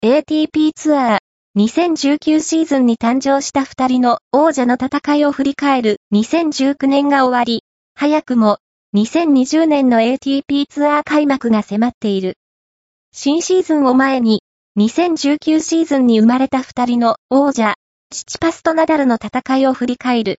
ATP ツアー2019シーズンに誕生した2人の王者の戦いを振り返る2019年が終わり、早くも2020年の ATP ツアー開幕が迫っている。新シーズンを前に、2019シーズンに生まれた2人の王者、チチパスとナダルの戦いを振り返る。